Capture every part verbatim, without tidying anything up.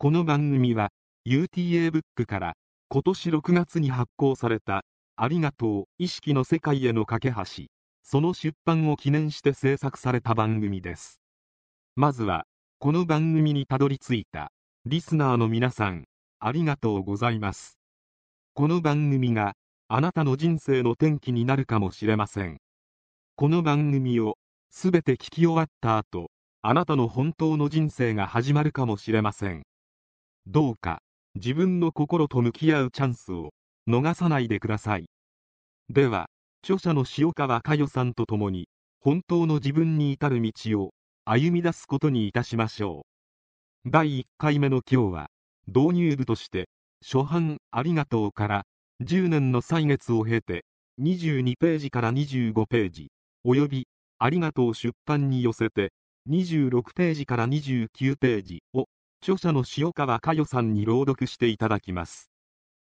この番組は ユーティーエー ブックから今年ろくがつに発行されたありがとう意識の世界への架け橋、その出版を記念して制作された番組です。まずはこの番組にたどり着いたリスナーの皆さん、ありがとうございます。この番組があなたの人生の転機になるかもしれません。この番組をすべて聞き終わった後、あなたの本当の人生が始まるかもしれません。どうか自分の心と向き合うチャンスを逃さないでください。では、著者の塩川佳代さんと共に本当の自分に至る道を歩み出すことにいたしましょう。だいいっかいめの今日は、導入部として初版ありがとうからじゅうねんの歳月を経てにじゅうにページからにじゅうごページ、およびありがとう出版に寄せてにじゅうろくページからにじゅうきゅうページを著者の塩川佳代さんに朗読していただきます。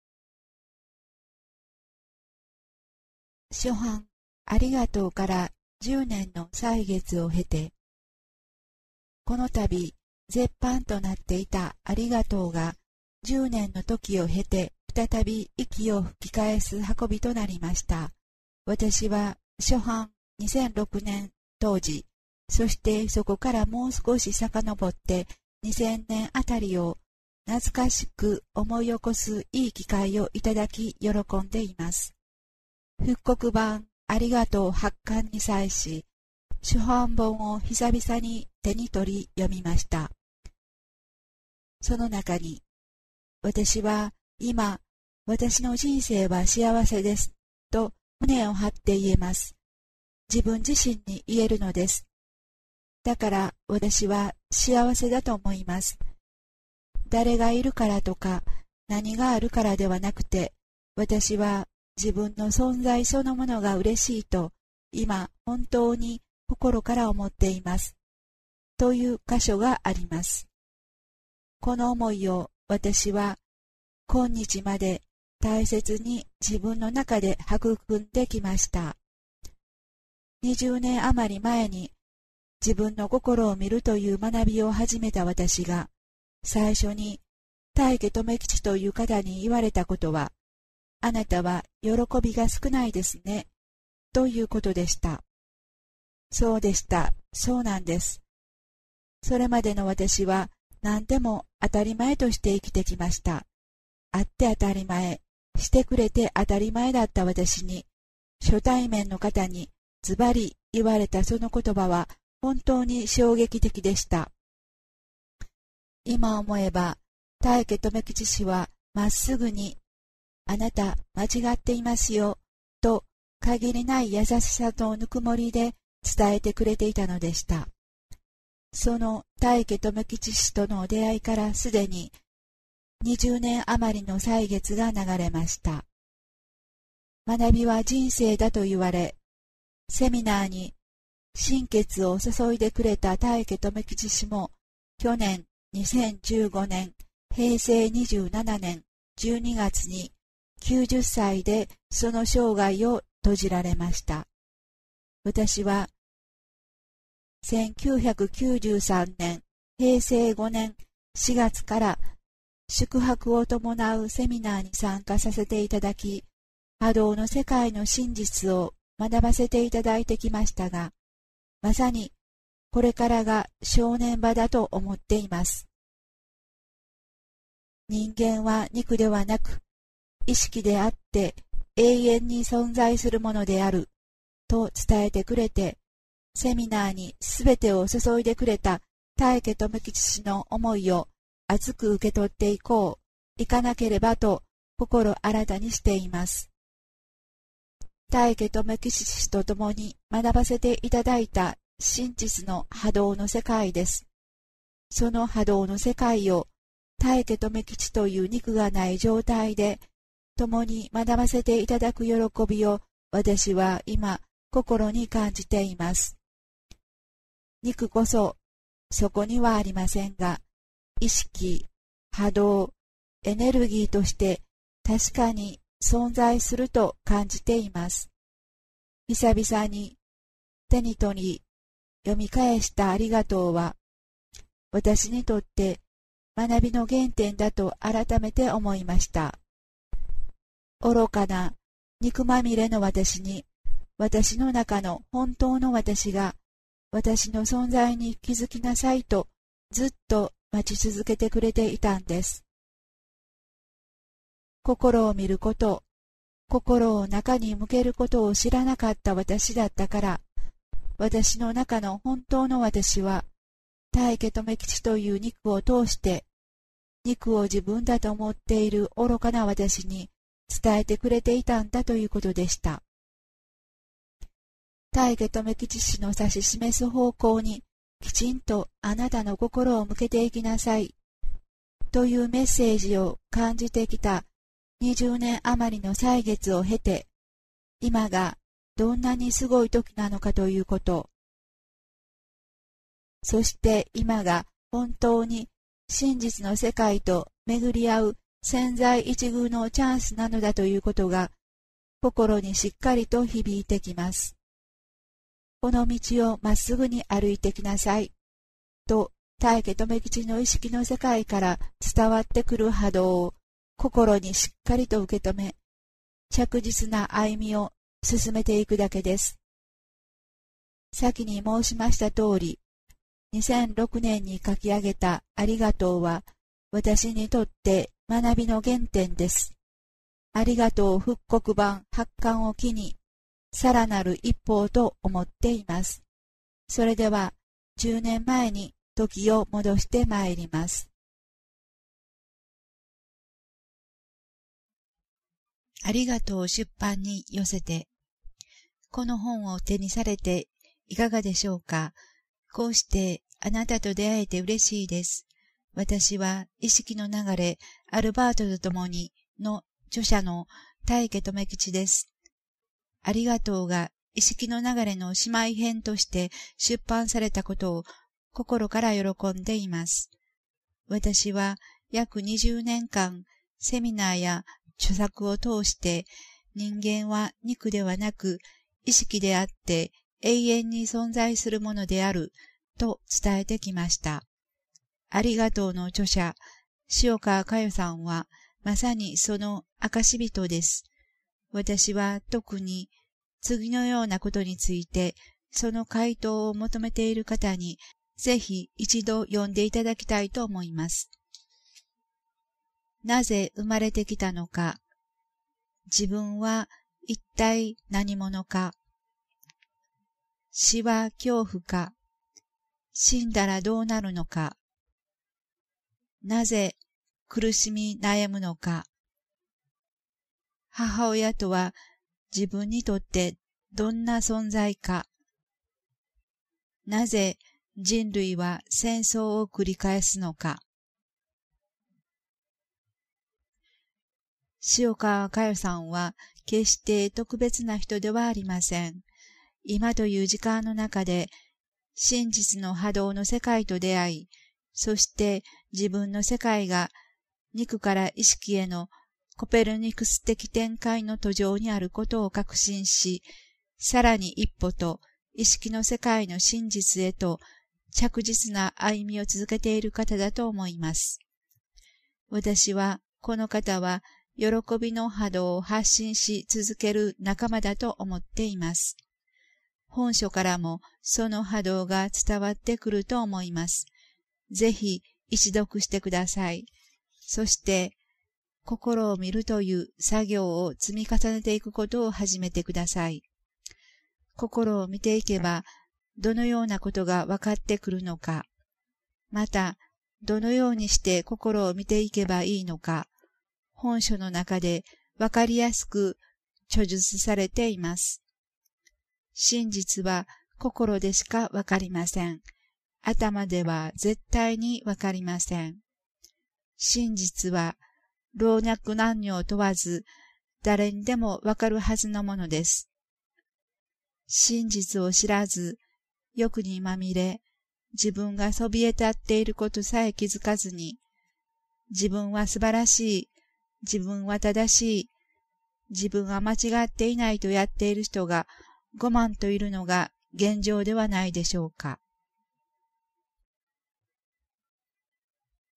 初版ありがとうからじゅうねんの歳月を経て、この度絶版となっていたありがとうがじゅうねんの時を経て再び息を吹き返す運びとなりました。私は初版にせんろくねん当時、そしてそこからもう少し遡ってにせんねんあたりを懐かしく思い起こすいい機会をいただき喜んでいます。復刻版ありがとう発刊に際し、初版本を久々に手に取り読みました。その中に、私は今、私の人生は幸せですと胸を張って言えます。自分自身に言えるのです。だから私は幸せだと思います。誰がいるからとか何があるからではなくて、私は自分の存在そのものが嬉しいと今本当に心から思っています。という箇所があります。この思いを私は今日まで大切に自分の中で育んできました。にじゅうねん余り前に自分の心を見るという学びを始めた私が、最初に大家留吉という方に言われたことは、あなたは喜びが少ないですね、ということでした。そうでした。そうなんです。それまでの私は何でも当たり前として生きてきました。あって当たり前、してくれて当たり前だった私に、初対面の方にズバリ言われたその言葉は本当に衝撃的でした。今思えば、大家留吉氏はまっすぐに、あなた間違っていますよ、と限りない優しさとぬくもりで伝えてくれていたのでした。その大家留吉氏との出会いからすでににじゅうねん余りの歳月が流れました。学びは人生だと言われ、セミナーに心血を注いでくれた大家留吉氏も去年にせんじゅうごねんへいせいにじゅうななねんじゅうにがつにきゅうじゅっさいでその生涯を閉じられました。私はせんきゅうひゃくきゅうじゅうさんねんへいせいごねんしがつから宿泊を伴うセミナーに参加させていただき、波動の世界の真実を学ばせていただいてきましたが、まさにこれからが正念場だと思っています。人間は肉ではなく、意識であって永遠に存在するものであると伝えてくれて、セミナーにすべてを注いでくれた大家留吉氏の思いを熱く受け取っていこう、いかなければと心新たにしています。大家留吉氏と共に学ばせていただいた真実の波動の世界です。その波動の世界を大家留吉という肉がない状態で共に学ばせていただく喜びを私は今心に感じています。肉こそそこにはありませんが、意識、波動、エネルギーとして確かに存在すると感じています。久々に手に取り読み返したありがとうは、私にとって学びの原点だと改めて思いました。愚かな肉まみれの私に、私の中の本当の私が、私の存在に気づきなさいとずっと待ち続けてくれていたんです。心を見ること、心を中に向けることを知らなかった私だったから、私の中の本当の私は、大家留吉という肉を通して、肉を自分だと思っている愚かな私に伝えてくれていたんだということでした。大家留吉氏の指し示す方向にきちんとあなたの心を向けていきなさいというメッセージを感じてきたにじゅうねん余りの歳月を経て、今がどんなにすごい時なのかということ、そして今が本当に真実の世界と巡り合う千載一遇のチャンスなのだということが心にしっかりと響いてきます。この道をまっすぐに歩いてきなさいと大家留吉の意識の世界から伝わってくる波動を心にしっかりと受け止め、着実な歩みを進めていくだけです。先に申しました通り、にせんろくねんに書き上げたありがとうは私にとって学びの原点です。ありがとう復刻版発刊を機にさらなる一歩と思っています。それではじゅうねんまえに時を戻してまいります。ありがとう出版に寄せて、この本を手にされていかがでしょうか。こうしてあなたと出会えて嬉しいです。私は意識の流れアルバートと共にの著者の大家留吉です。ありがとうが意識の流れの姉妹編として出版されたことを心から喜んでいます。私は約にじゅうねんかんセミナーや著作を通して人間は肉ではなく意識であって永遠に存在するものであると伝えてきました。ありがとうの著者、塩川佳代さんはまさにその証人です。私は特に次のようなことについてその回答を求めている方にぜひ一度読んでいただきたいと思います。なぜ生まれてきたのか、自分は一体何者か、死は恐怖か、死んだらどうなるのか、なぜ苦しみ悩むのか、母親とは自分にとってどんな存在か、なぜ人類は戦争を繰り返すのか。塩川佳代さんは決して特別な人ではありません。今という時間の中で真実の波動の世界と出会い、そして自分の世界が肉から意識へのコペルニクス的展開の途上にあることを確信し、さらに一歩と意識の世界の真実へと着実な歩みを続けている方だと思います。私はこの方は喜びの波動を発信し続ける仲間だと思っています。本書からもその波動が伝わってくると思います。ぜひ一読してください。そして心を見るという作業を積み重ねていくことを始めてください。心を見ていけばどのようなことが分かってくるのか、またどのようにして心を見ていけばいいのか、本書の中で分かりやすく著述されています。真実は心でしか分かりません。頭では絶対に分かりません。真実は老若男女を問わず誰にでも分かるはずのものです。真実を知らず、欲にまみれ、自分がそびえ立っていることさえ気づかずに、自分は素晴らしい、自分は正しい、自分は間違っていないとやっている人がごまんといるのが現状ではないでしょうか。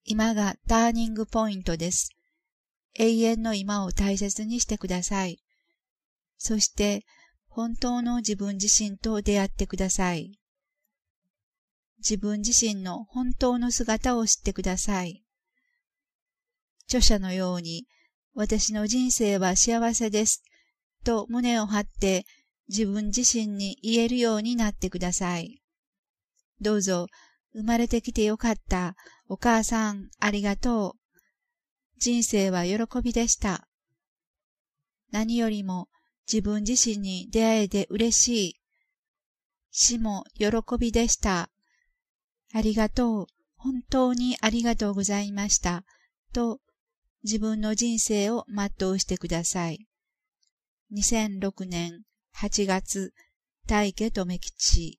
今がターニングポイントです。永遠の今を大切にしてください。そして、本当の自分自身と出会ってください。自分自身の本当の姿を知ってください。著者のように、私の人生は幸せです、と胸を張って自分自身に言えるようになってください。どうぞ、生まれてきてよかった。お母さん、ありがとう。人生は喜びでした。何よりも自分自身に出会えて嬉しい。死も喜びでした。ありがとう。本当にありがとうございました。と、自分の人生を全うしてください。にせんろくねんはちがつ、大家留吉。